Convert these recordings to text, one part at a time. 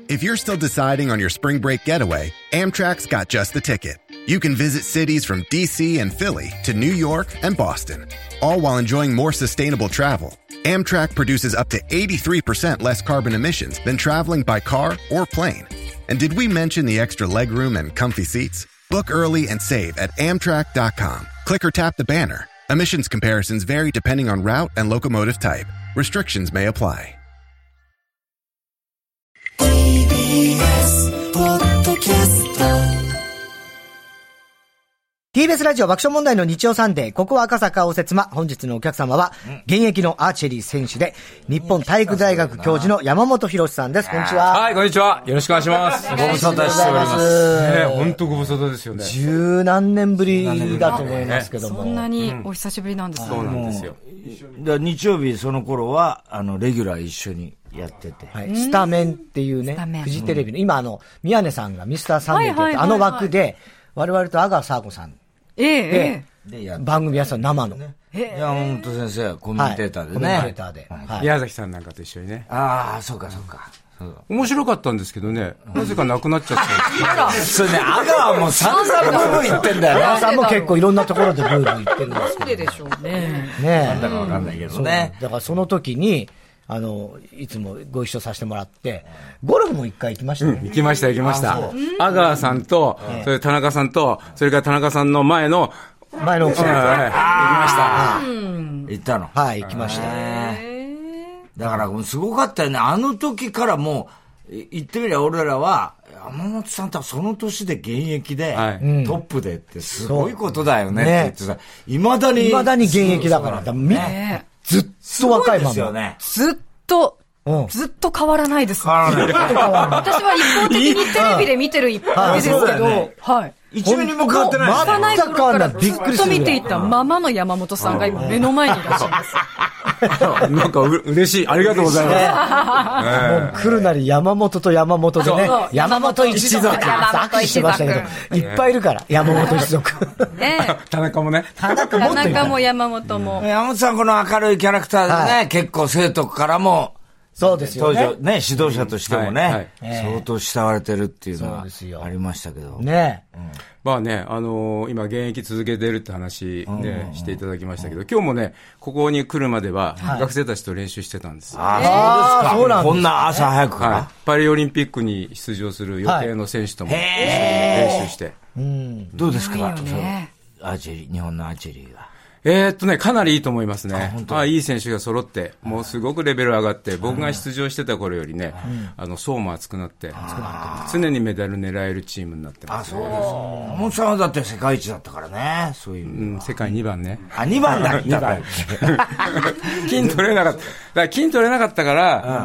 If you're still deciding on your spring break getaway, Amtrak's got just the ticket. You can visit cities from D.C. and Philly to New York and Boston, all while enjoying more sustainable travel. Amtrak produces up to 83% less carbon emissions than traveling by car or plane. And did we mention the extra legroom and comfy seats? Book early and save at Amtrak.com. Click or tap the banner. Emissions comparisons vary depending on route and locomotive type. Restrictions may apply. TBS ポッドキャスト TBS ラジオ爆笑問題の日曜サンデー、ここは赤坂応接間。本日のお客様は現役のアーチェリー選手で日本体育大学教授の山本博さんです。こんにちは。 はい、こんにちは。よろしくお願いします。ご無沙汰しております。本当ご無沙汰ですよね。 十何年ぶりだと思いますけども、 そんなにお久しぶりなんですね。 そうなんですよ。 日曜日その頃はレギュラー一緒にやってて、 はい、スタメンっていうね、フジテレビの今宮根さんがミスターサンデーってあの枠で我々と阿川佐和子さんで番組やってた生の山本先生コメンテーターでね、 コメンテーターで、 宮崎さんなんかと一緒にね。 ああ、そうかそうか。 面白かったんですけどね、なぜかなくなっちゃったそれね、阿川も散々ブーブー言ってんだよね。 阿川さんも結構いろんなところでブーブー言ってるんですけど。 なんででしょうね。 なんだかわかんないけどね。 だからその時に、いつもご一緒させてもらって、ゴルフも一回行きましたね。 行きました。阿川さんと、それ田中さんと、それから田中さんの前の奥さん。行きました。 行ったの。 はい、行きました。 だからもうすごかったよね。あの時からもう、言ってみりゃ俺らは、山本さんとはその年で現役で、トップでってすごいことだよねって言ってさ、未だに現役だから。ずっと若いまま。 ずっと変わらないですね。私は一方的にテレビで見てる一方ですけど、はい。 一ミリも変わってないですね。 幼い頃からずっと見ていたままの山本さんが今目の前にいらっしゃいます。 なんか嬉しい。ありがとうございます。 もう来るなり山本と山本でね、山本一族。さっきしてましたけど、いっぱいいるから、山本一族。 田中もね。 田中も山本も。 山本さんこの明るいキャラクターでね、結構生徒からも、 そうですよね。 指導者としてもね、相当慕われてるっていうのはありましたけど。 ね。 まあね、今現役続けてるって話でしていただきましたけど、今日もね、ここに来るまでは学生たちと練習してたんです。 ああ、そうですか。こんな朝早くから。 パリオリンピックに出場する予定の選手とも練習して。 どうですか、アーチェリー、日本のアーチェリーが。 かなりいいと思いますね。いい選手が揃って、もうすごくレベル上がって、僕が出場してた頃よりね、層も厚くなって、常にメダル狙えるチームになってます。 そうですか。山本さんはだって世界一だったからね、そういう。 世界2番ね。 2番だった。 金取れなかった。だから金取れなかったから、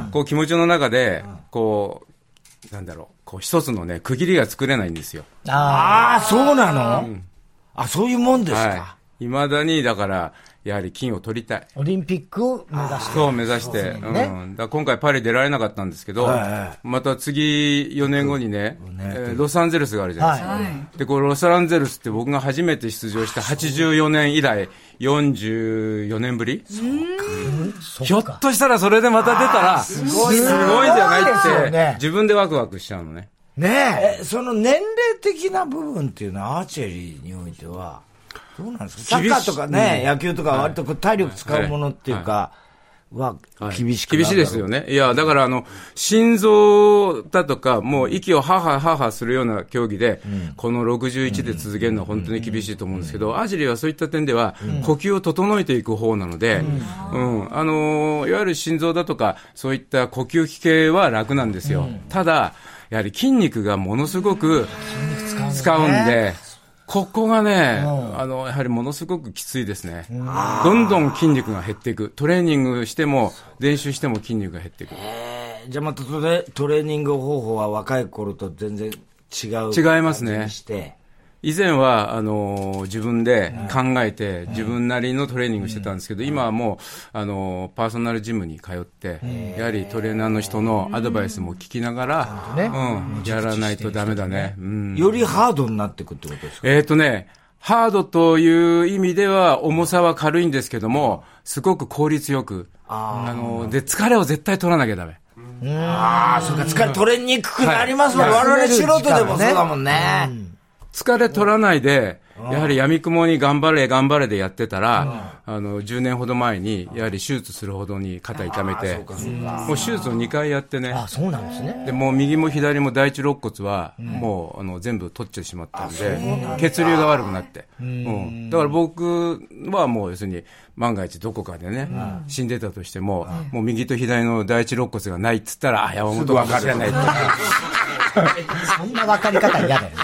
こう気持ちの中で、こう、なんだろう、こう一つのね、区切りが作れないんですよ。 ああ、そうなの？そういうもんですか。 未だに、だから、やはり金を取りたい。 オリンピックを目指して。 そう、目指して。だから今回パリ出られなかったんですけど、また次4年後にね、ロサンゼルスがあるじゃないですか。で、このロサンゼルスって僕が初めて出場した84年以来、44年ぶり？ひょっとしたらそれでまた出たら、すごいんじゃないって、自分でワクワクしちゃうのね。 ねえ。その年齢的な部分っていうのは、アーチェリーにおいては、どうなんですか？サッカーとかね、野球とか割と体力使うものっていうか、厳しいですよね。いや、だから心臓だとか、もう息をハハするような競技で、この61で続けるのは本当に厳しいと思うんですけど、アーチェリーはそういった点では、呼吸を整えていく方なので、いわゆる心臓だとか、そういった呼吸器系は楽なんですよ。ただ、やはり筋肉がものすごく使うんで、ここがね、やはりものすごくきついですね。どんどん筋肉が減っていく。トレーニングしても、練習しても筋肉が減っていく。 じゃあまたトレーニング方法は若い頃と全然違いますね。以前は、自分で考えて、自分なりのトレーニングしてたんですけど、今はもう、パーソナルジムに通って、やはりトレーナーの人のアドバイスも聞きながら、やらないとダメだね。 よりハードになっていくってことですか？ ハードという意味では重さは軽いんですけども、すごく効率よく、で、疲れを絶対取らなきゃダメ。 ああ、そうか、疲れ取れにくくなりますもん。我々素人でもそうだもんね。 疲れ取らないで、やはり闇雲に頑張れでやってたら、10年ほど前に、やはり手術するほどに肩痛めて、もう手術を2回やってね。 あ、そうなんですね。 で、もう右も左も第一肋骨は、もう、全部取っちゃしまったんで、血流が悪くなって。だから僕はもう要するに、万が一どこかでね、死んでたとしても、もう右と左の第一肋骨がないっつったら、山本かもしれないって。 そんな分かり方嫌だよ。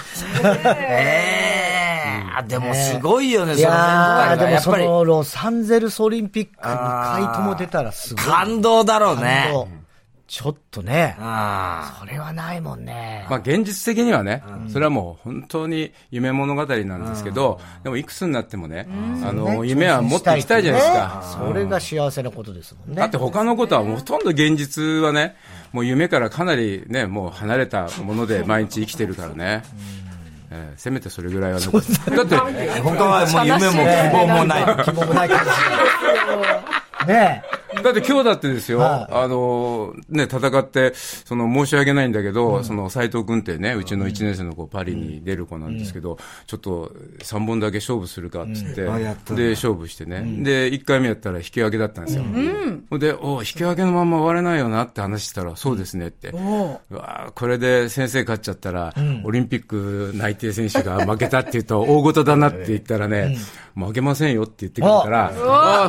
でもすごいよね、 いやー、でもそのロサンゼルスオリンピック2回とも出たらすごい。 感動だろうね。 ちょっとね。それはないもんね。 まあ現実的にはね、それはもう本当に夢物語なんですけど、でもいくつになってもね、夢はもっと行きたいじゃないですか。 それが幸せなことですもんね。 だって他のことはほとんど現実はね、もう夢からかなりね、もう離れたもので毎日生きてるからね。せめてそれぐらいは残す。だって他はもう夢も希望もない。 希望もないかもしれない。ねえ。 だって今日だってですよ、ね、戦って、申し訳ないんだけど、斉藤君ってね、うちの1年生の子、パリに出る子なんですけど、ちょっと3本だけ勝負するかっつって、で、勝負してね。で、1回目やったら引き分けだったんですよ。で、引き分けのまま終われないよなって話したら、そうですねって。うわこれで先生勝っちゃったら、オリンピック内定選手が負けたって言うと、大事だなって言ったらね、負けませんよって言ってくるから、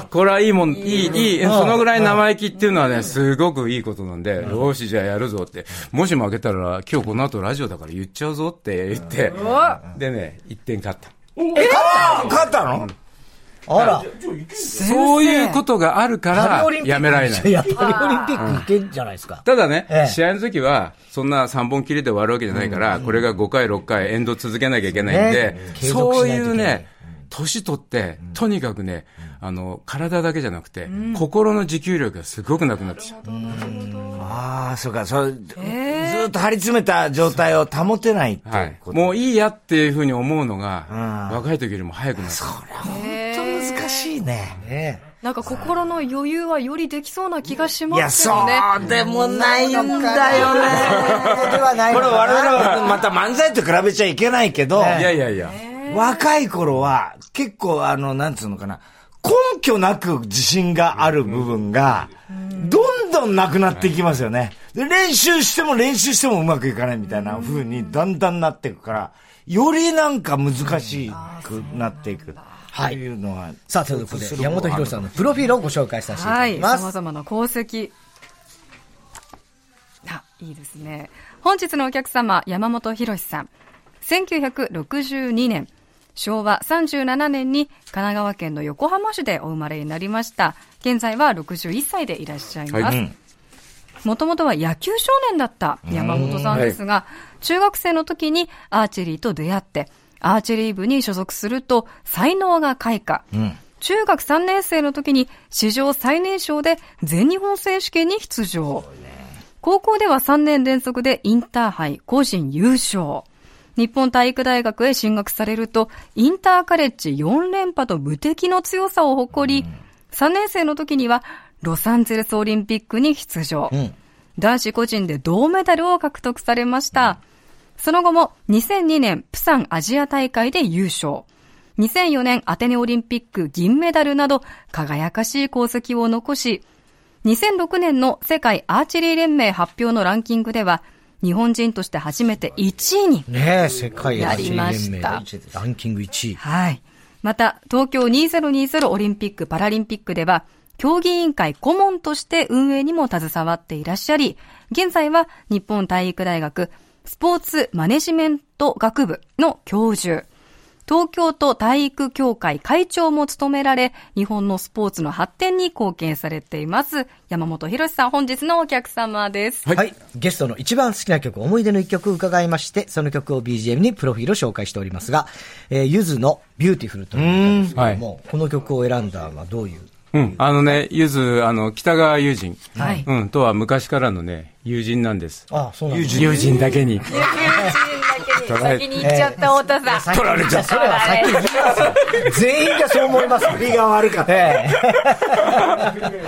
これはいいもん、いい、そのぐらい生意気っていうのはね、すごくいいことなんで、よし、じゃあやるぞって。もし負けたら、今日この後ラジオだから言っちゃうぞって言って、でね、1点勝った。 勝ったの？ あら。 そういうことがあるから、やめられない。 いや、パリオリンピック行けんじゃないですか。 ただね、試合の時は、そんな3本きりで終わるわけじゃないから、これが5回、6回、エンド続けなきゃいけないんで、そういうね、年取って、とにかくね、体だけじゃなくて、心の持久力がすごくなくなってきちゃった。 ああ、そうか、ずっと張り詰めた状態を保てないっていうこと。 もういいやっていうふうに思うのが、若い時よりも早くなった。 それは本当難しいね。 なんか心の余裕はよりできそうな気がしますよね。 いや、そうでもないんだよね。 これ我々はまた漫才と比べちゃいけないけど、 いや。 若い頃は結構なんつうのかな、根拠なく自信がある部分が、どんどんなくなっていきますよね。で、練習してもうまくいかないみたいな風にだんだんなっていくから、よりなんか難しくなっていく。はい。いうのは。 さあ、ということで、山本博さんのプロフィールをご紹介させていただきます。 様々な功績。いいですね。本日のお客様、山本博さん。1962年、昭和37年に神奈川県の横浜市でお生まれになりました。現在は61歳でいらっしゃいます。もともとは野球少年だった山本さんですが、中学生の時にアーチェリーと出会って、アーチェリー部に所属すると才能が開花。中学3年生の時に史上最年少で全日本選手権に出場。高校では3年連続でインターハイ個人優勝。日本体育大学へ進学されると、インターカレッジ4連覇と無敵の強さを誇り、3年生の時にはロサンゼルスオリンピックに出場。男子個人で銅メダルを獲得されました。その後も2002年プサンアジア大会で優勝。2004年アテネオリンピック銀メダルなど輝かしい功績を残し、2006年の世界アーチェリー連盟発表のランキングでは、日本人として初めて1位に世界アーチェリー連盟ランキング1位。 はい。また、東京2020オリンピック・パラリンピックでは、競技委員会顧問として運営にも携わっていらっしゃり、現在は日本体育大学スポーツマネジメント学部の教授、東京都体育協会会長も務められ、日本のスポーツの発展に貢献されています。山本博さん、本日のお客様です。 はい。ゲストの一番好きな曲、思い出の一曲を伺いまして、その曲を BGM にプロフィールを紹介しておりますが、ゆずのビューティフルという曲ですけども、この曲を選んだのはどういう？ ゆず、北川悠仁、 はい。 とは昔からのね、友人なんです。 あ、そうなんです。 友人だけに。 先に行っちゃった太田さん。 取られちゃった。それは先に言いますよ。全員がそう思います。 振りが悪かった。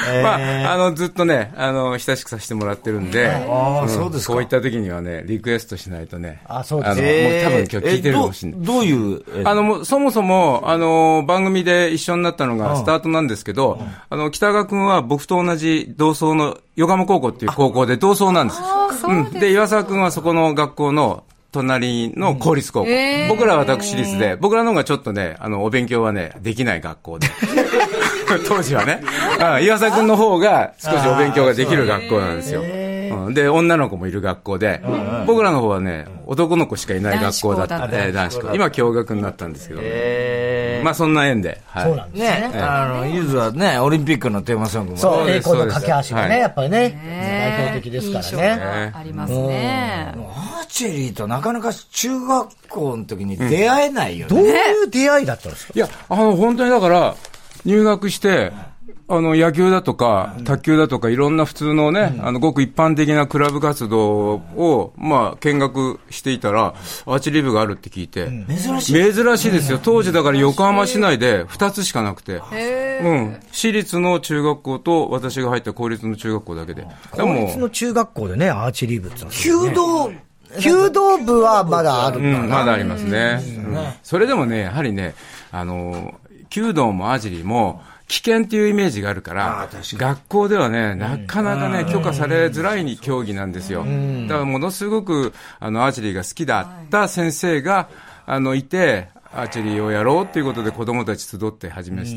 まあ、ずっとね、親しくさせてもらってるんで、 そうですか。 こういった時にはね、リクエストしないとね。 そうですね。もう多分今日聞いてるかもしれない。 どういうもうそもそも、番組で一緒になったのがスタートなんですけど、北川くんは僕と同じ同窓の横浜高校っていう高校で同窓なんです。で、岩沢くんはそこの学校の隣の公立高校。僕らは私立で、僕らの方がちょっとね、お勉強はね、できない学校で。当時はね。岩沢くんの方が少しお勉強ができる学校なんですよ。で、女の子もいる学校で、僕らの方はね、男の子しかいない学校だった。男子校。今、共学になったんですけど、まあ、そんな縁で。 そうなんですね。 ゆずはね、オリンピックのテーマソングも。 そう、栄光の架け橋がね、やっぱりね、代表的ですからね。 ありますね。 アーチェリーとなかなか中学校の時に出会えないよね。 どういう出会いだったんですか？ いや、本当にだから、入学して、野球だとか、卓球だとか、いろんな普通のね、ごく一般的なクラブ活動を、まあ、見学していたら、アーチェリー部があるって聞いて。珍しいですよ。当時だから横浜市内で2つしかなくて。私立の中学校と、私が入った公立の中学校だけで。 公立の中学校でね、アーチェリー部って。 弓道部はまだあるかな。 まだありますね。それでもね、やはりね、弓道もアーチェリーも、危険っていうイメージがあるから、学校ではね、なかなかね、許可されづらい競技なんですよ。だからものすごく、アーチェリーが好きだった先生が、いて、アーチェリーをやろうっていうことで子供たち集って始めました。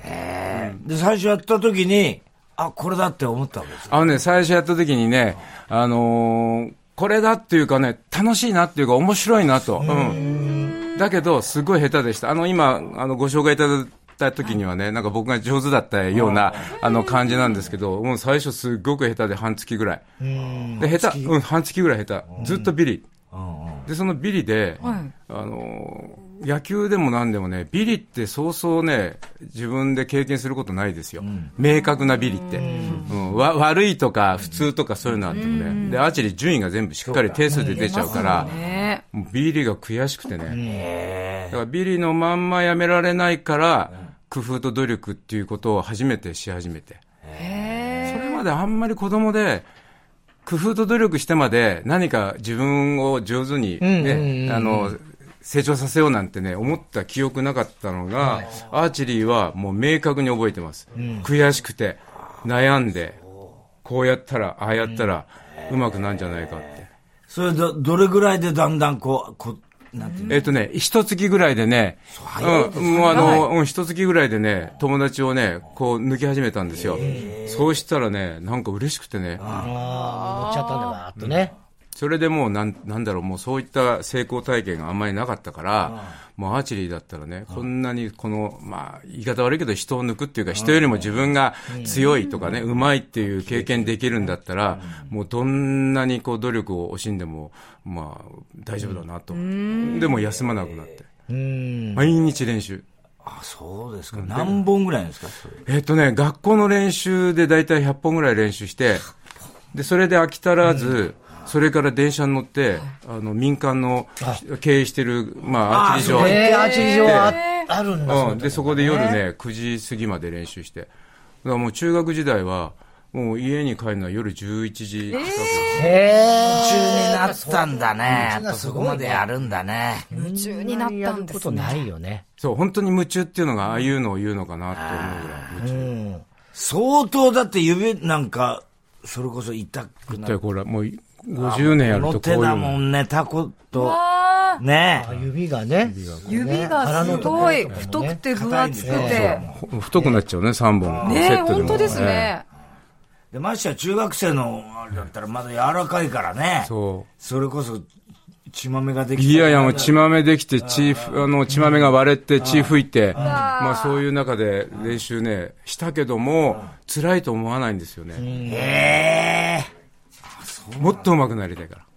で、最初やった時に、これだって思ったわけですか？ 最初やった時にね、これだっていうかね、楽しいなっていうか面白いなと。だけど、すごい下手でした。今、ご紹介いただいた時にはね、なんか僕が上手だったような、感じなんですけど、もう最初すっごく下手で半月ぐらい。で、半月ぐらい下手。ずっとビリ。で、そのビリで、野球でも何でもね、ビリってそうそうね、自分で経験することないですよ。明確なビリって。悪いとか普通とかそういうのあってもね。で、アーチェリー順位が全部しっかり定数で出ちゃうから、ビリが悔しくてね。だからビリのまんまやめられないから、工夫と努力っていうことを初めてし始めて。それまであんまり子供で、工夫と努力してまで何か自分を上手にね、成長させようなんてね、思った記憶なかったのが、アーチェリーはもう明確に覚えてます。悔しくて、悩んで、こうやったら、ああやったら、うまくなんじゃないかって。 それどれぐらいでだんだんなんて一月ぐらいでね、一月ぐらいでね、友達をね、こう抜き始めたんですよ。そうしたらね、なんか嬉しくてね。 乗っちゃったんだわ、とね。 それでもうなんだろう、もうそういった成功体験があんまりなかったから、もうアーチェリーだったらね、こんなにまあ、言い方悪いけど人を抜くっていうか、人よりも自分が強いとかね、うまいっていう経験できるんだったら、もうどんなに努力を惜しんでも、まあ、大丈夫だなと。でも休まなくなって。毎日練習。 そうですか。何本ぐらいですか？ 学校の練習でだいたい100本ぐらい練習して、で、それで飽き足らず、それから電車に乗って、民間の経営してる、まあ、アーチェリー場。 アーチェリー場あるんだ。 で、そこで夜ね、9時過ぎまで練習して。だからもう中学時代は、もう家に帰るのは夜11時近く。 夢中になったんだね。そこまでやるんだね。 夢中になったんですね。やることないよね。 そう、本当に夢中っていうのが、ああいうのを言うのかなって思うぐらい夢中。 相当だって指なんか、それこそ痛くなる。 これもう50年やるとこういう。 手だもんね、タコと。ね指がね。 指がすごい太くて分厚くて。 太くなっちゃうね、3本。 ね、本当ですね。 で、ましてや中学生のあれだったらまだ柔らかいからね。それこそ、血豆ができて。 いや、もう血豆できて、血豆が割れて、血吹いて、まあそういう中で練習ね、したけども、辛いと思わないんですよね。もっと上手くなりたいから。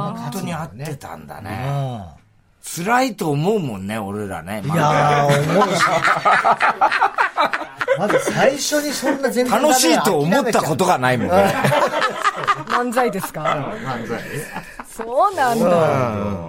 本当に合ってたんだね。辛いと思うもんね、俺らね。 いやー、思うし。まず最初にそんな全然楽しいと思ったことがないもんね。 漫才ですか？漫才。そうなんだ。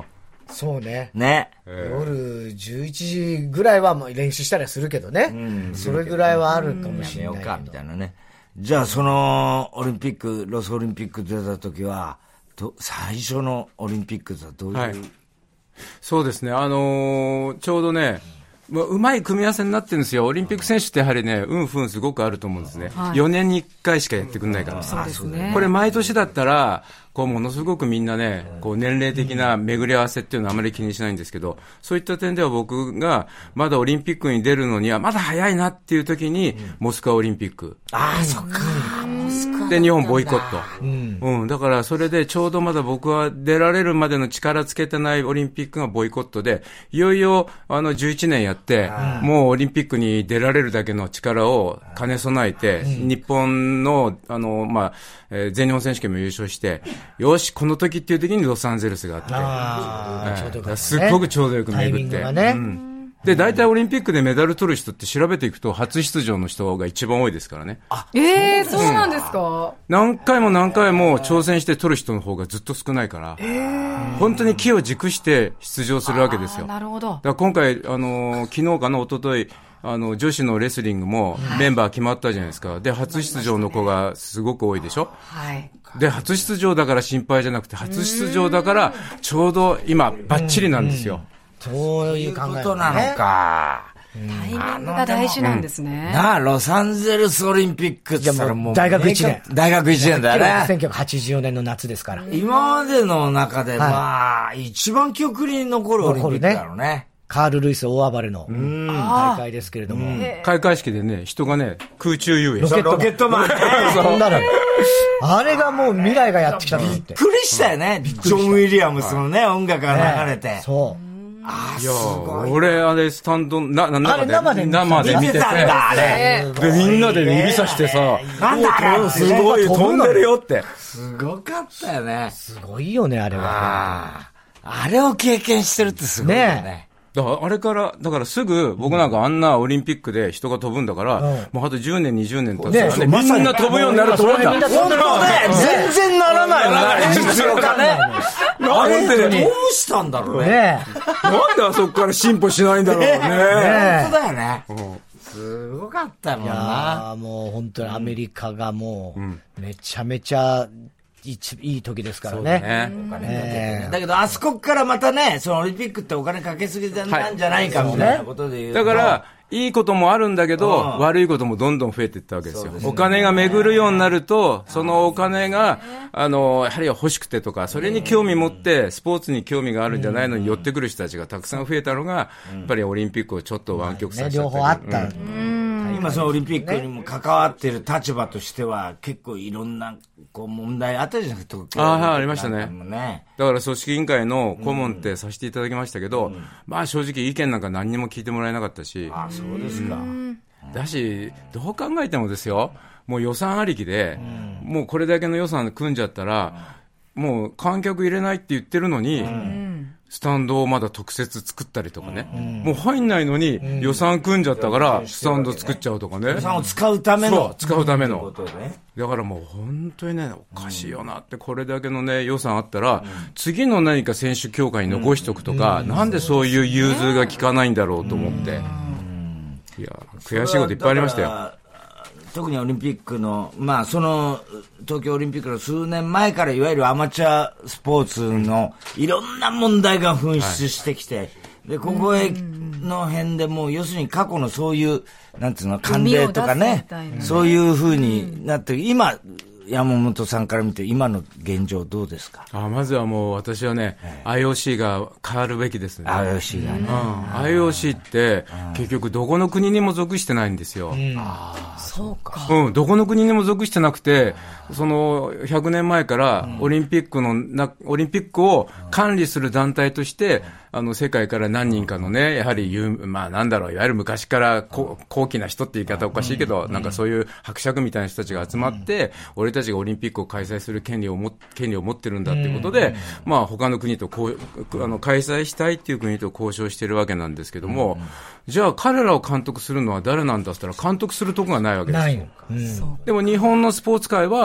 そうね。 ね。 夜11時ぐらいは練習したりはするけどね。それぐらいはあるかもしれない。 やめようか、みたいなね。じゃあ、その、オリンピック、ロスオリンピック出た時は、最初のオリンピックはどういう、 はい、そうですね。ちょうどね、うまい組み合わせになってるんですよ。オリンピック選手ってやはりね、不運すごくあると思うんですね。はい、4年に1回しかやってくんないから。 そうですね。 これ毎年だったら、ものすごくみんなね、年齢的な巡り合わせっていうのはあまり気にしないんですけど、そういった点では僕がまだオリンピックに出るのにはまだ早いなっていう時に、モスクワオリンピック。 そっか。モスクワで、日本ボイコット。だからそれでちょうどまだ僕は出られるまでの力つけてないオリンピックがボイコットで、いよいよ11年やって、もうオリンピックに出られるだけの力を兼ね備えて、日本の、全日本選手権も優勝して、よし、この時っていう時にロサンゼルスがあって、すっごくちょうどよく巡って。で、大体オリンピックでメダル取る人って調べていくと、初出場の人が一番多いですからね。 そうなんですか？ 何回も何回も挑戦して取る人の方がずっと少ないから、本当に気を軸して出場するわけですよ。 なるほど。 だから今回、昨日かな、一昨日女子のレスリングもメンバー決まったじゃないですか。で、初出場の子がすごく多いでしょ。 はい。 で、初出場だから心配じゃなくて、初出場だからちょうど今バッチリなんですよ。 そういう考えことなのか。 タイミングが大事なんですね。 ロサンゼルスオリンピックって言ったらもう大学1年。 大学1年だね。 1984年の夏ですから。 今までの中で一番記憶に残るオリンピックだろうね。 カール・ルイス大暴れの大会ですけれども。 開会式でね、人がね、空中遊泳。 ロケットマン。 あれがもう未来がやってきたと思って。 びっくりしたよね。ジョン・ウィリアムスのね、音楽が流れて。 そう。 いや俺、あれ、スタンド、生で見てて。 あれ。 で、みんなで指さしてさ、 なんだあれすごい、飛んでるよって。 すごかったよね。 すごいよね、あれは。 あれを経験してるってすごいよね。 だからすぐ、僕なんかあんなオリンピックで人が飛ぶんだから、もうあと10年、20年経ったらね、みんな飛ぶようになると思うんだ。 本当ね、全然ならないよね、実用化ね。あれでどうしたんだろうね。 なんであそこから進歩しないんだろうね。 本当だよね。すごかったもんな。 もう本当にアメリカがもう、めちゃめちゃ、いい時ですからね。 だけど、あそこからまたね、そのオリンピックってお金かけすぎなんじゃないかみたいなことで言うと。 だから、いいこともあるんだけど、悪いこともどんどん増えていったわけですよ。お金が巡るようになると、そのお金が、やはり欲しくてとか、それに興味持って、スポーツに興味があるんじゃないのに寄ってくる人たちがたくさん増えたのが、やっぱりオリンピックをちょっと湾曲させた。 両方あった。 今そのオリンピックにも関わっている立場としては、結構いろんな問題あったじゃないですか。 ありましたね。だから組織委員会の顧問ってさせていただきましたけど、正直意見なんか何にも聞いてもらえなかったし。 そうですか。 だし、どう考えてもですよ、もう予算ありきで、もうこれだけの予算組んじゃったら、もう観客入れないって言ってるのに、スタンドをまだ特設作ったりとかね、もう入んないのに予算組んじゃったからスタンド作っちゃうとかね。 予算を使うための。 そう、使うための。だからもう本当にね、おかしいよなって、これだけのね、予算あったら、次の何か選手協会に残しとくとか、なんでそういう融通が効かないんだろうと思って。いや、悔しいこといっぱいありましたよ。 特にオリンピックの、その、東京オリンピックの数年前からいわゆるアマチュアスポーツのいろんな問題が噴出してきて、で、ここへの辺でもう、要するに過去のそういう、なんていうの、慣例とかね、そういう風になって、今、山本さんから見て今の現状どうですか？ まずはもう私はね、IOC が変わるべきですね。 IOC がね。 IOC って結局どこの国にも属してないんですよ。 そうか。 どこの国にも属してなくて、その100年前からオリンピックを管理する団体として、世界から何人かのね、やはりいわゆる昔から高貴な人って言い方おかしいけど、なんかそういう伯爵みたいな人たちが集まって、俺たちがオリンピックを開催する権利を持ってるんだっていうことで、他の国と開催したいっていう国と交渉してるわけなんですけども、じゃあ彼らを監督するのは誰なんだって言ったら監督するとこがないわけですよ。でも日本のスポーツ界は、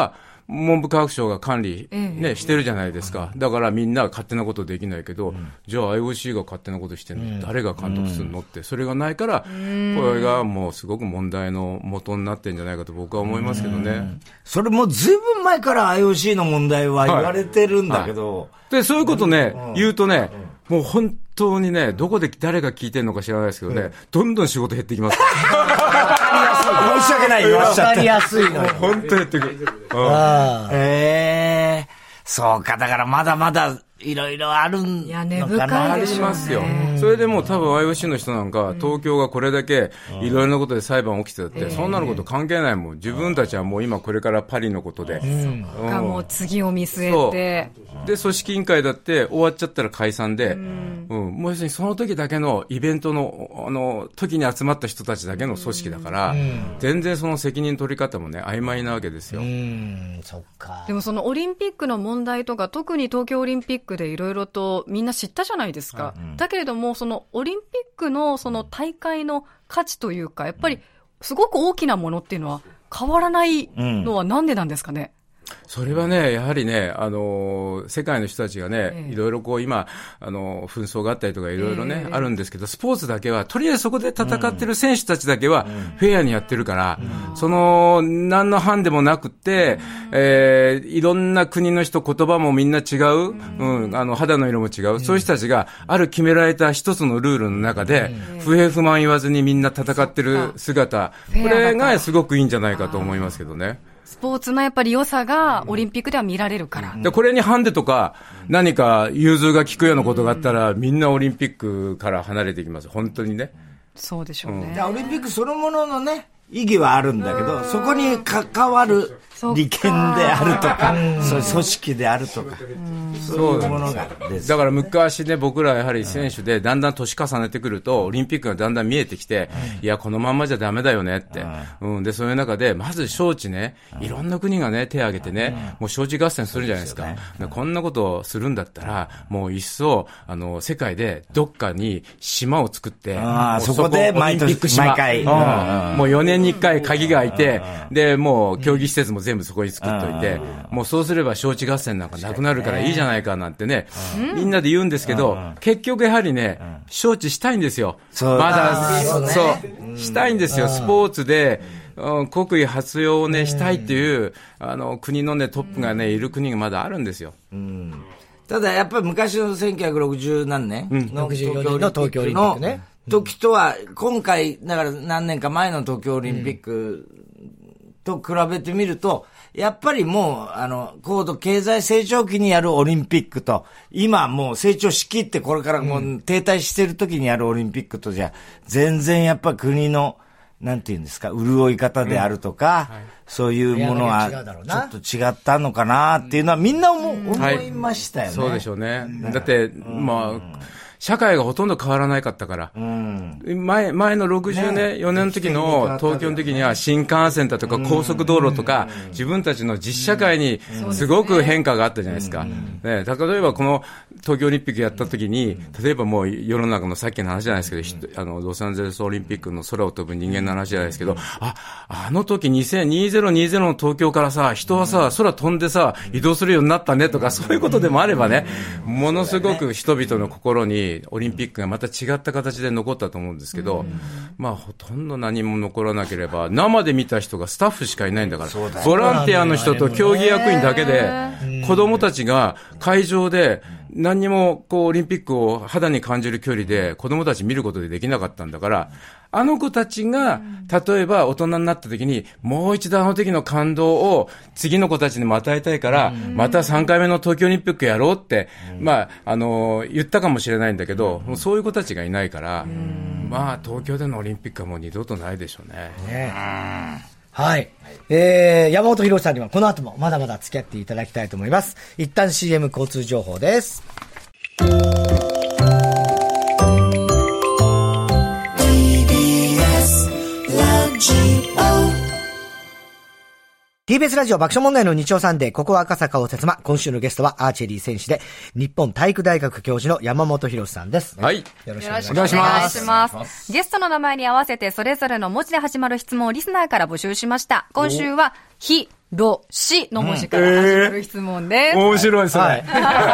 文部科学省が管理、ね、してるじゃないですか。だからみんな勝手なことできないけど、じゃあ IOC が勝手なことしてるの、誰が監督するのって、それがないから、これがもうすごく問題の元になってるんじゃないかと僕は思いますけどね。 それもずいぶん前から IOC の問題は言われてるんだけど。 で、そういうことね、言うとね、もう本当にね、どこで誰が聞いてるのか知らないですけどね、どんどん仕事減ってきます。 申し訳ない言わしちゃって。 わかりやすいの。 本当減ってくる。 そうか、だからまだまだいろいろあるんのかな。 根深いでしょうね。 ありますよ。それでもう多分 IOC の人なんか、東京がこれだけいろいろなことで裁判起きてたって、そんなのこと関係ないもん。自分たちはもう今これからパリのことで。 もう次を見据えて。 で、組織委員会だって終わっちゃったら解散で、もう要するにその時だけのイベントの、時に集まった人たちだけの組織だから、全然その責任取り方もね、曖昧なわけですよ。 そっか。 でもそのオリンピックの問題とか、特に東京オリンピックでいろいろとみんな知ったじゃないですか。だけれども、そのオリンピックのその大会の価値というか、やっぱりすごく大きなものっていうのは変わらないのはなんでなんですかね。 それはね、やはりね、世界の人たちがね、いろいろこう今、紛争があったりとかいろいろね、あるんですけど、スポーツだけは、とりあえずそこで戦ってる選手たちだけは、フェアにやってるから、何のハンでもなくて、いろんな国の人、言葉もみんな違う、肌の色も違う、そういう人たちが、ある決められた一つのルールの中で、不平不満言わずにみんな戦ってる姿、これがすごくいいんじゃないかと思いますけどね。 スポーツのやっぱり良さがオリンピックでは見られるから。 でこれにハンデとか何か融通が利くようなことがあったら、みんなオリンピックから離れていきます。本当にね。 そうでしょうね。 オリンピックそのもののね、意義はあるんだけど、そこに関わる利権であるとか、そういう組織であるとか、そういうものがです。 だから昔ね、僕らやはり選手でだんだん年重ねてくると、オリンピックがだんだん見えてきて、いや、このまんまじゃダメだよねって。で、そういう中で、まず招致ね、いろんな国がね、手を挙げてね、もう招致合戦するじゃないですか。こんなことをするんだったら、もう一層、世界でどっかに島を作って、 そこで毎年、毎回。 もう4年に1回鍵が開いて、で、もう競技施設も全部そこに作っといて、もうそうすれば招致合戦なんかなくなるからいいじゃないかなんてね、みんなで言うんですけど、結局やはりね、招致したいんですよ。まだ、そう、したいんですよ。スポーツで、国威発揚をね、したいっていう、国のね、トップがね、いる国がまだあるんですよ。 ただやっぱり昔の1960何年の東京オリンピックね。 時とは、今回、だから何年か前の東京オリンピックと比べてみると、やっぱりもう、高度経済成長期にやるオリンピックと、今もう成長しきってこれからもう停滞してる時にやるオリンピックとじゃ、全然やっぱ国の、なんていうんですか、潤い方であるとか、そういうものは、ちょっと違ったのかなっていうのはみんな思いましたよね。 そうでしょうね。だって、まあ、社会がほとんど変わらないかったから。前の60年、4年の時の東京の時には新幹線だとか高速道路とか、自分たちの実社会にすごく変化があったじゃないですか。例えばこの東京オリンピックやった時に、例えばもう世の中のさっきの話じゃないですけど、ロサンゼルスオリンピックの空を飛ぶ人間の話じゃないですけど、あの時2020の東京からさ、人はさ、空飛んでさ、移動するようになったねとか、そういうことでもあればね、ものすごく人々の心にオリンピックがまた違った形で残ったと思うんですけど、まあほとんど何も残らなければ、生で見た人がスタッフしかいないんだから、ボランティアの人と競技役員だけで、子供たちが会場で何にもこうオリンピックを肌に感じる距離で子供たち見ることでできなかったんだから、あの子たちが例えば大人になった時にもう一度あの時の感動を次の子たちにも与えたいから、また3回目の東京オリンピックやろうって、まあ言ったかもしれないんだけど、もうそういう子たちがいないから、まあ東京でのオリンピックはもう二度とないでしょうね。 はい。山本博さんにはこの後もまだまだ付き合っていただきたいと思います。一旦 CM 交通情報です。TBS ラジオ爆笑問題の日曜サンデー、ここは赤坂応接間。今週のゲストはアーチェリー選手で日本体育大学教授の山本博さんです。 はい。 よろしくお願いします。 お願いします。ゲストの名前に合わせてそれぞれの文字で始まる質問をリスナーから募集しました。今週は、非ロ、シの文字から始まる質問です。 面白いですね。はい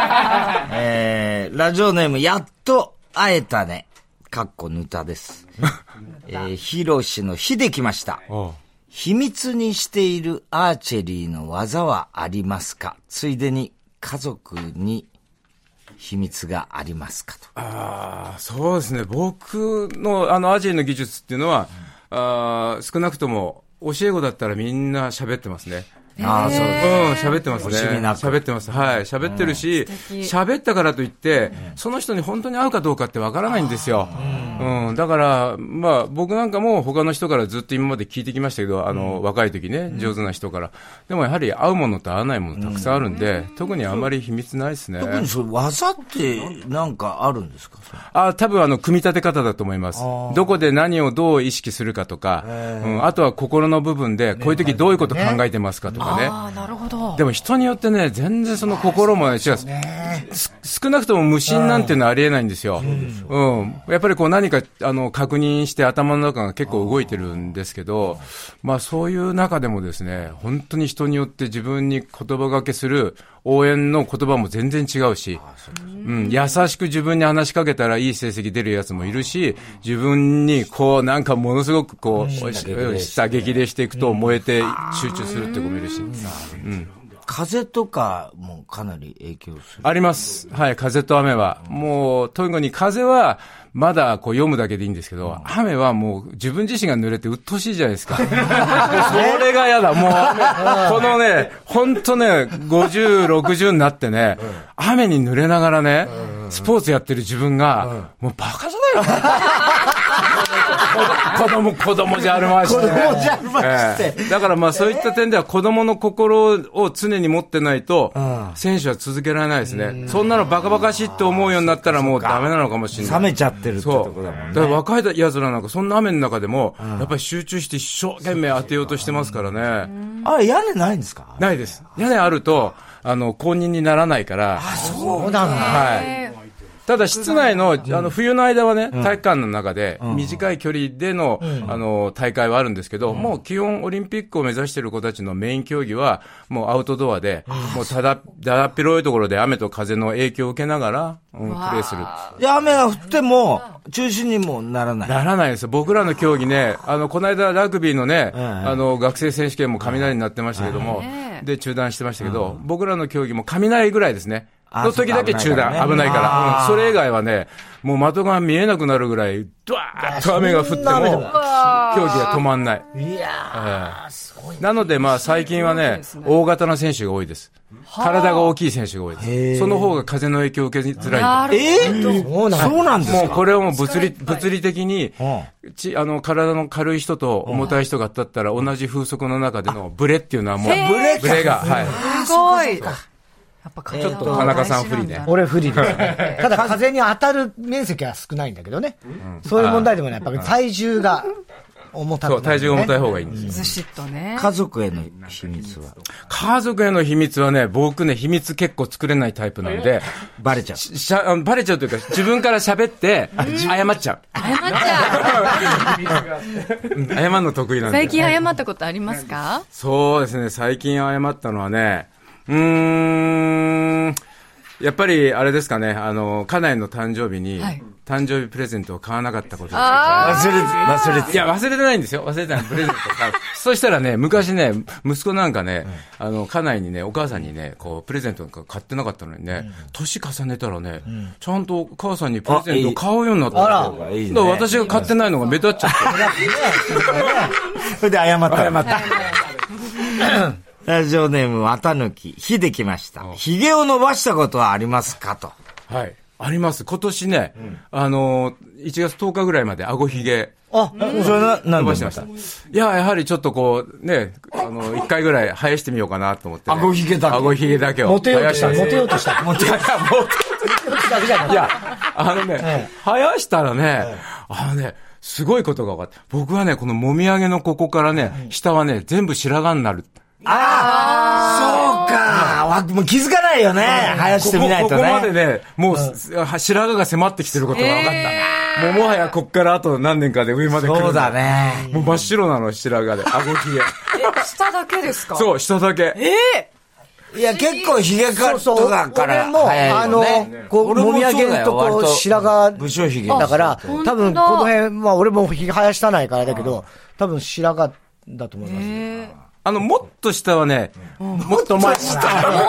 ラジオネーム、やっと会えたね。かっこぬたです。ひろしの日できました。秘密にしているアーチェリーの技はありますか？ついでに家族に秘密がありますかと。 そうですね。僕のアーチェリーの技術っていうのは、少なくとも教え子だったらみんな喋ってますね。 そうです。 喋ってますね。喋ってます。はい。喋ってるし、喋ったからといって、その人に本当に会うかどうかってわからないんですよ。だから、まあ、僕なんかも他の人からずっと今まで聞いてきましたけど、若い時ね、上手な人から。でもやはり会うものと会わないものたくさんあるんで、特にあまり秘密ないですね。 特にそう技ってなんかあるんですか？ 多分組み立て方だと思います。どこで何をどう意識するかとか、あとは心の部分で、こういう時どういうこと考えてますかとか。 なるほど。 でも人によってね、全然その心もね、違う。少なくとも無心なんていうのはありえないんですよ。やっぱりこう何か、確認して頭の中が結構動いてるんですけど、まあそういう中でもですね、本当に人によって自分に言葉掛けする応援の言葉も全然違うし、優しく自分に話しかけたらいい成績出るやつもいるし、自分にこうなんかものすごくこう、下激励していくと燃えて集中するって子もいるし。 風とかもかなり影響する。 あります。はい、風と雨は。もう、特に風は、まだこう読むだけでいいんですけど、雨はもう自分自身が濡れて鬱陶しいじゃないですか。それが嫌だ。もうこのね、ほんとね、50、60になってね、雨に濡れながらね、スポーツやってる自分が、もうバカじゃないの子供じゃあるまして。子供じゃあるまして。だからまあそういった点では子供の心を常に持ってないと、選手は続けられないですね。そんなのバカバカしいって思うようになったらもうダメなのかもしれない。 冷めちゃってるってとこだもんね。 だから若い奴らなんかそんな雨の中でも、やっぱり集中して一生懸命当てようとしてますからね。 屋根ないんですか？ ないです。屋根あると、公認にならないから。 そうなんだ。 はい。ただ室内の、冬の間はね、体育館の中で、短い距離での、大会はあるんですけど、もう基本オリンピックを目指している子たちのメイン競技は、もうアウトドアで、もうだだっ広いところで雨と風の影響を受けながら、プレーする。 で、雨が降っても、中止にもならない。 ならないですよ。僕らの競技ね、この間ラグビーのね、学生選手権も雷になってましたけども、で、中断してましたけど、僕らの競技も雷ぐらいですね。の時だけ中断、危ないから。それ以外はね、もう的が見えなくなるぐらい、ドワーッと雨が降っても、競技が止まんない。 いやー、すごい。 なのでまあ最近はね、大型な選手が多いです。体が大きい選手が多いです。その方が風の影響を受けづらいんで。 そうなんですか。 もうこれをもう物理的に、体の軽い人と重たい人が当たったら同じ風速の中でのブレっていうのはもう、ブレが、はい。 すごい。 ちょっと田中さん不利ね。 俺不利で。ただ風に当たる面積は少ないんだけどね。そういう問題でもね、やっぱり体重が重たくなる、ね。そう、 体重が重たい方がいいんですよ。 ずしっとね。 家族への秘密は？ 家族への秘密はね、僕ね、秘密結構作れないタイプなんで。 バレちゃう。 バレちゃうというか、自分から喋って、謝っちゃう。 謝っちゃう。謝るの得意なんで。 最近謝ったことありますか？ そうですね、最近謝ったのはね、やっぱりあれですかね、家内の誕生日に、誕生日プレゼントを買わなかったことです、ね。 忘れて。 いや、忘れてないんですよ。忘れてない。プレゼント買う。そしたらね、昔ね、息子なんかね、家内にね、お母さんにね、こう、プレゼントなんか買ってなかったのにね、年重ねたらね、ちゃんと母さんにプレゼントを買うようになったんですよ。だから私が買ってないのが目立っちゃって。 それで謝った。ラジオネーム、綿抜き。火できました。髭を伸ばしたことはありますかと。 はい。あります。今年ね、1月10日ぐらいまで顎髭。 それ何伸ばしてました。いや、やはりちょっとこう、ね、1回ぐらい生やしてみようかなと思って、ね。 顎髭だけ。 顎髭だけを。 生やした。モテようとした。 いや、生やしたらね、すごいことが分かった。僕はね、このもみあげのここからね、下はね、全部白髪になる。 そうか。 もう気づかないよね。生やしてみないとね。 ここまでね、もう、白髪が迫ってきてることが分かった。もはやこっからあと何年かで上まで来る。 そうだね。 もう真っ白なの、白髪で。顎ひげ。 下だけですか？ そう、下だけ。 いや、結構ヒゲカットだから早いよね。 こう、もみあげるとこう、白髪。 武将ヒゲ。 だから、多分この辺、まあ俺もヒゲ生やしたないからだけど、多分白髪だと思います。 もっと下はね、もっと前下。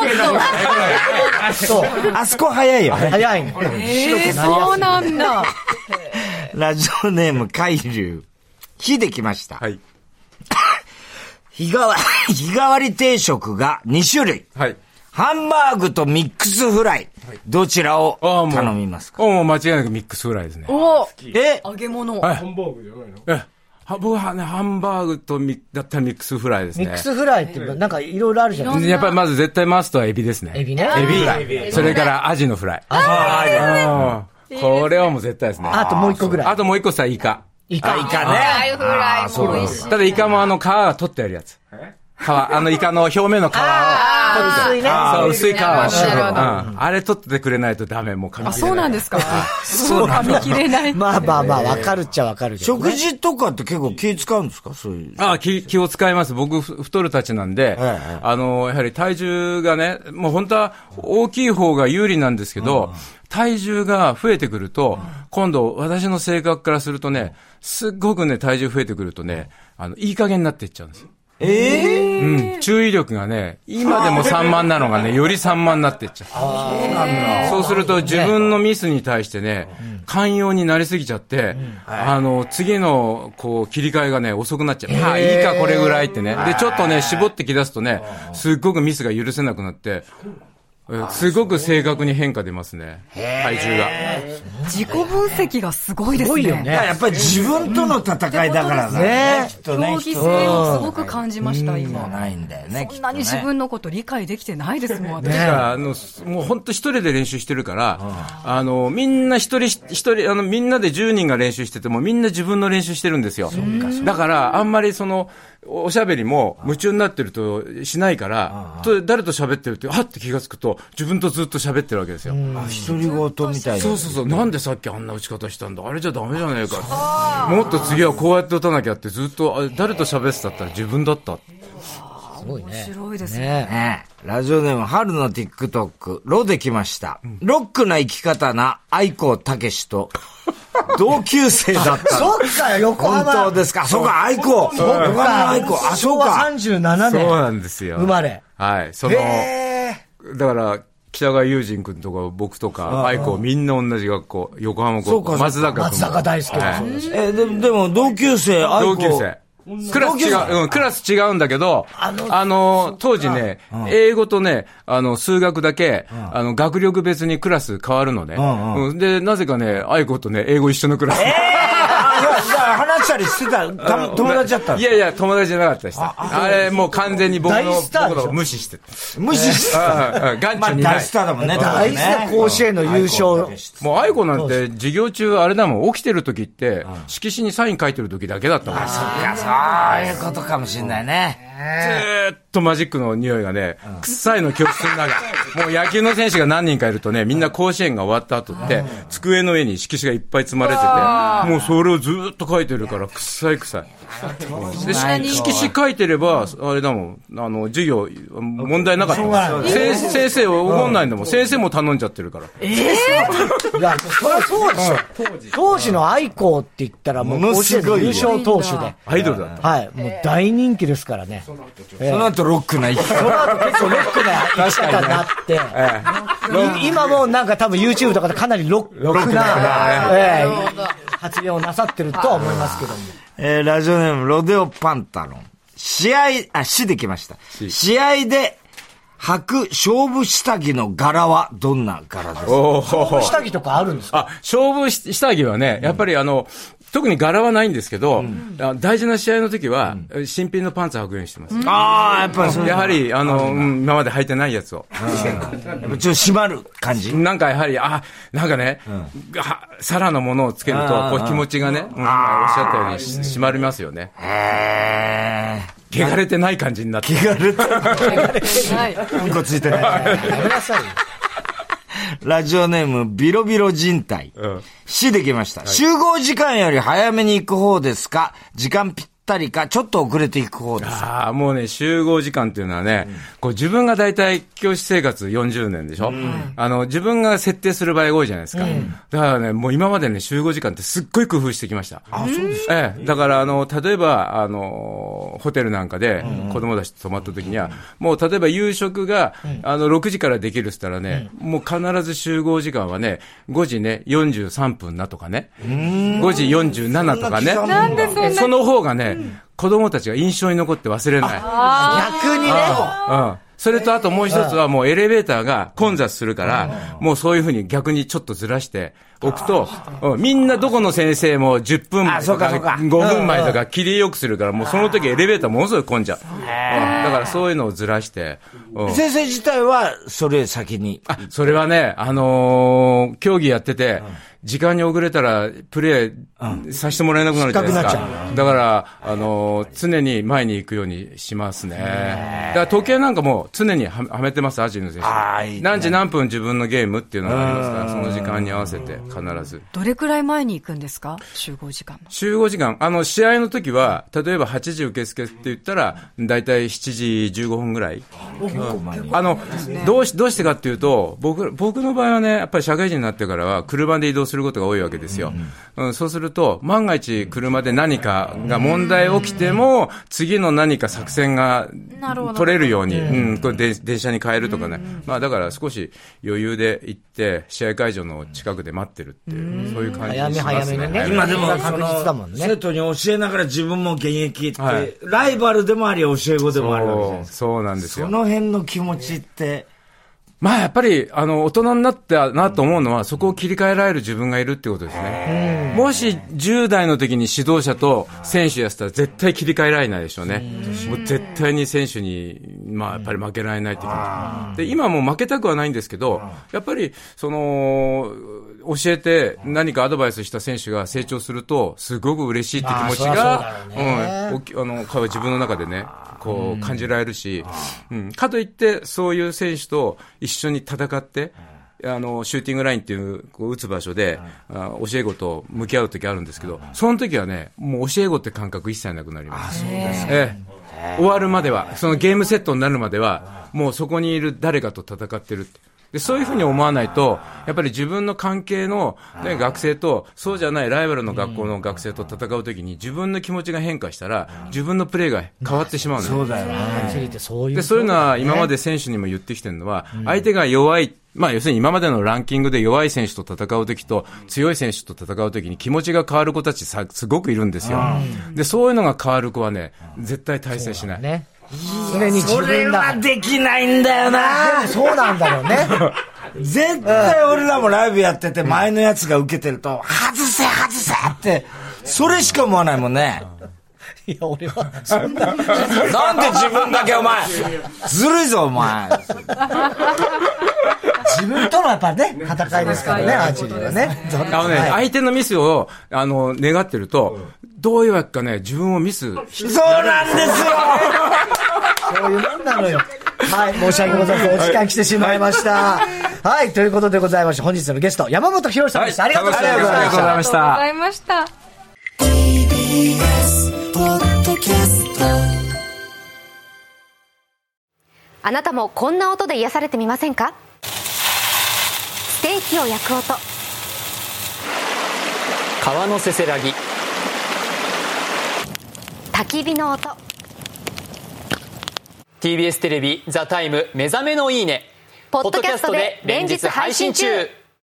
そう。 あそこ早いよね。 早いの。 そうなんだ。 ラジオネーム、海流。火できました。 はい。 日替わり定食が2種類。 はい。 ハンバーグとミックスフライ。どちらを頼みますか？ もう間違いなくミックスフライですね。 揚げ物。 ハンバーグじゃないの？僕はね、ハンバーグとだったらミックスフライですね。 ミックスフライってなんかいろいろあるじゃないですか。 やっぱりまず絶対マストはエビですね。 エビね。 エビフライ。それからアジのフライ。これはもう絶対ですね。 あともう一個ぐらい。 あともう一個さ、イカ。 イカね。 フライも美味しい。 ただイカも皮が取ってあるやつ。イカの表面の皮を。 薄いね。 そう、薄い皮を。あれ取ってくれないとダメ、もう噛み切れない。 そうなんですか？そう、噛み切れない。 まあ、わかるっちゃわかるけど。 食事とかって結構気使うんですか？そういう。 気を使います。僕、太るたちなんで、やはり体重がね、もう本当は大きい方が有利なんですけど、体重が増えてくると、今度私の性格からするとね、すっごくね、体重増えてくるとね、いい加減になっていっちゃうんですよ。注意力がね、今でも散漫なのがね、より散漫になっていっちゃう。そうなんだ。そうすると自分のミスに対してね、寛容になりすぎちゃって、次の、切り替えがね、遅くなっちゃう。いいか、これぐらいってね。で、ちょっとね、絞ってき出すとね、すっごくミスが許せなくなって、すごく正確に変化出ますね。体重が。 自己分析がすごいですね。 すごいよね。 やっぱり自分との戦いだからね。 競技性をすごく感じました、今。 ないんだよね。 そんなに自分のこと理解できてないですもん、私。 だからもう本当一人で練習してるから、みんな一人、みんなで10人が練習してても、みんな自分の練習してるんですよ。だから、あんまりおしゃべりも夢中になってるとしないから、誰と喋ってるって、って気がつくと、自分とずっと喋ってるわけですよ。 独り言みたいな。 そう。なんでさっきあんな打ち方したんだ、あれじゃダメじゃねえか。もっと次はこうやって打たなきゃってずっと、誰と喋ってたったら自分だった。 すごいね。 面白いですね。 ラジオネーム、春の TikTok、ロできました。ロックな生き方な愛子たけしと、同級生だった。 そっか、横浜。 本当ですか。そうか、愛子。 そうか、愛子。 そうか。 37年。 そうなんですよ。 生まれ。 はい。だから、北川悠仁君とか僕とか、愛子みんな同じ学校、横浜高校、松坂君。 松坂大輔も。でも同級生、愛子。 同級生。クラス違うんだけど、当時ね、英語とね、数学だけ、学力別にクラス変わるのね。で、なぜかね、愛子とね、英語一緒のクラス。 話したりしてた、友達だったいや、友達じゃなかったし。あれ、もう完全に僕の無視してた。 無視してた。 眼中に大スターだもんね、 大スター甲子園の優勝。 もう愛子なんて授業中あれだもん、起きてる時って、色紙にサイン書いてる時だけだったもん。 そういうことかもしれないね。 ずーっとマジックの匂いがね、臭いの教室の中。もう野球の選手が何人かいるとね、みんな甲子園が終わった後って、机の上に色紙がいっぱい積まれてて、もうそれをずーっと書いてるから、臭い。で、色紙書いてれば、あれだもん、授業、問題なかったもん。先生は怒んないんだもん。先生も頼んじゃってるから。 いや、そりゃそうでしょ。当時の愛子って言ったら、もう甲子園の優勝投手で。 アイドルだった。 はい。もう大人気ですからね。 その後ロックな生き方。 その後結構ロックな生き方になって、今もなんか多分 YouTube とかでかなりロックな発言をなさってるとは思いますけども。 ラジオネームロデオパンタロン。死できました。試合で履く勝負下着の柄はどんな柄ですか？ 勝負下着とかあるんですか？ 勝負下着はね、やっぱり特に柄はないんですけど、大事な試合の時は、新品のパンツ履くようにしてます。 ああ、やっぱりそう。 やはり、今まで履いてないやつを。 ちょっと締まる感じ。 なんかやはり、なんかね、サラのものをつけると、こう気持ちがね、おっしゃったように締まりますよね。汚れてない感じになって。 汚れてない。うんこついてない。やめなさい。ラジオネーム、ビロビロ人体。C できました。集合時間より早めに行く方ですか？時間ぴったりか、ちょっと遅れていく方ですか？ もうね、集合時間っていうのはね、こう自分がだいたい教師生活40年でしょ、自分が設定する場合が多いじゃないですか。だからね、もう今までね、集合時間ってすっごい工夫してきました。 そうですか。 だから例えば、ホテルなんかで子供たちと泊まった時には、もう例えば夕食が、6時からできるっつったらね、もう必ず集合時間はね、5時ね、43分なとかね、5時47とかね、 なんでその方がね、子供たちが印象に残って忘れない。 逆にね。 それとあともう一つはもうエレベーターが混雑するから、もうそういうふうに逆にちょっとずらしておくと、みんなどこの先生も10分前とか5分前とか切りよくするから、もうその時エレベーターものすごい混んじゃう。だからそういうのをずらして。 先生自体はそれ先に。 それはね、競技やってて、時間に遅れたらプレーさせてもらえなくなるじゃないですか。だから、常に前に行くようにしますね。だから時計なんかも常にはめてます、アジの選手。何時何分自分のゲームっていうのがありますから、その時間に合わせて必ず。 どれくらい前に行くんですか？集合時間。 集合時間。試合の時は、例えば8時受付って言ったら、だいたい7時15分ぐらい。どうしてかっていうと、僕の場合はね、やっぱり社会人になってからは車で移動することが多いわけですよ。そうすると、万が一車で何かが問題起きても、次の何か作戦が取れるように、これ電車に変えるとかね。だから少し余裕で行って、試合会場の近くで待ってるっていう、そういう感じにしますね。 今でも、生徒に教えながら自分も現役って、ライバルでもあり、教え子でもあるわけじゃないですか。 そうなんですよ。 その辺の気持ちって、 やっぱり、大人になったなと思うのは、そこを切り替えられる自分がいるってことですね。もし、10代の時に指導者と選手やったら絶対切り替えられないでしょうね。もう絶対に選手に、やっぱり負けられないって気持ち。で、今も負けたくはないんですけど、やっぱり、教えて何かアドバイスした選手が成長すると、すごく嬉しいって気持ちが、自分の中でね、こう感じられるし、かといってそういう選手と一緒に戦って、シューティングラインっていう打つ場所で教え子と向き合う時あるんですけど、その時はね、もう教え子って感覚一切なくなります。終わるまでは、そのゲームセットになるまでは、もうそこにいる誰かと戦ってるって。で、そういうふうに思わないと、やっぱり自分の関係の、学生と、そうじゃないライバルの学校の学生と戦うときに、自分の気持ちが変化したら、自分のプレーが変わってしまうのよ。 そうだよね。 で、そういうのは今まで選手にも言ってきてるのは、相手が弱い、要するに今までのランキングで弱い選手と戦うときと、強い選手と戦うときに気持ちが変わる子たちすごくいるんですよ。で、そういうのが変わる子はね、絶対大成しない。 常に自分だ。 それはできないんだよな。 そうなんだろうね。 絶対俺らもライブやってて前のやつが受けてると、外せって、それしか思わないもんね。 いや、俺は、そんな。 なんで自分だけお前、ずるいぞお前。 自分とのやっぱね、戦いですからね、アーチェリーはね。 相手のミスを、願ってると、どういうわけかね、自分をミス。 そうなんですよ。 そういうもんなのよ。はい、申し訳ございません。お時間来てしまいました。はい、ということでございまして、本日のゲスト、山本博さんでした。ありがとうございました。 ありがとうございました。ありがとうございました。TBS ポッドキャスト。 あなたもこんな音で癒されてみませんか？ステーキを焼く音、 川のせせらぎ、 焚き火の音。 TBS テレビザタイム目覚めのいいねポッドキャストで連日配信中。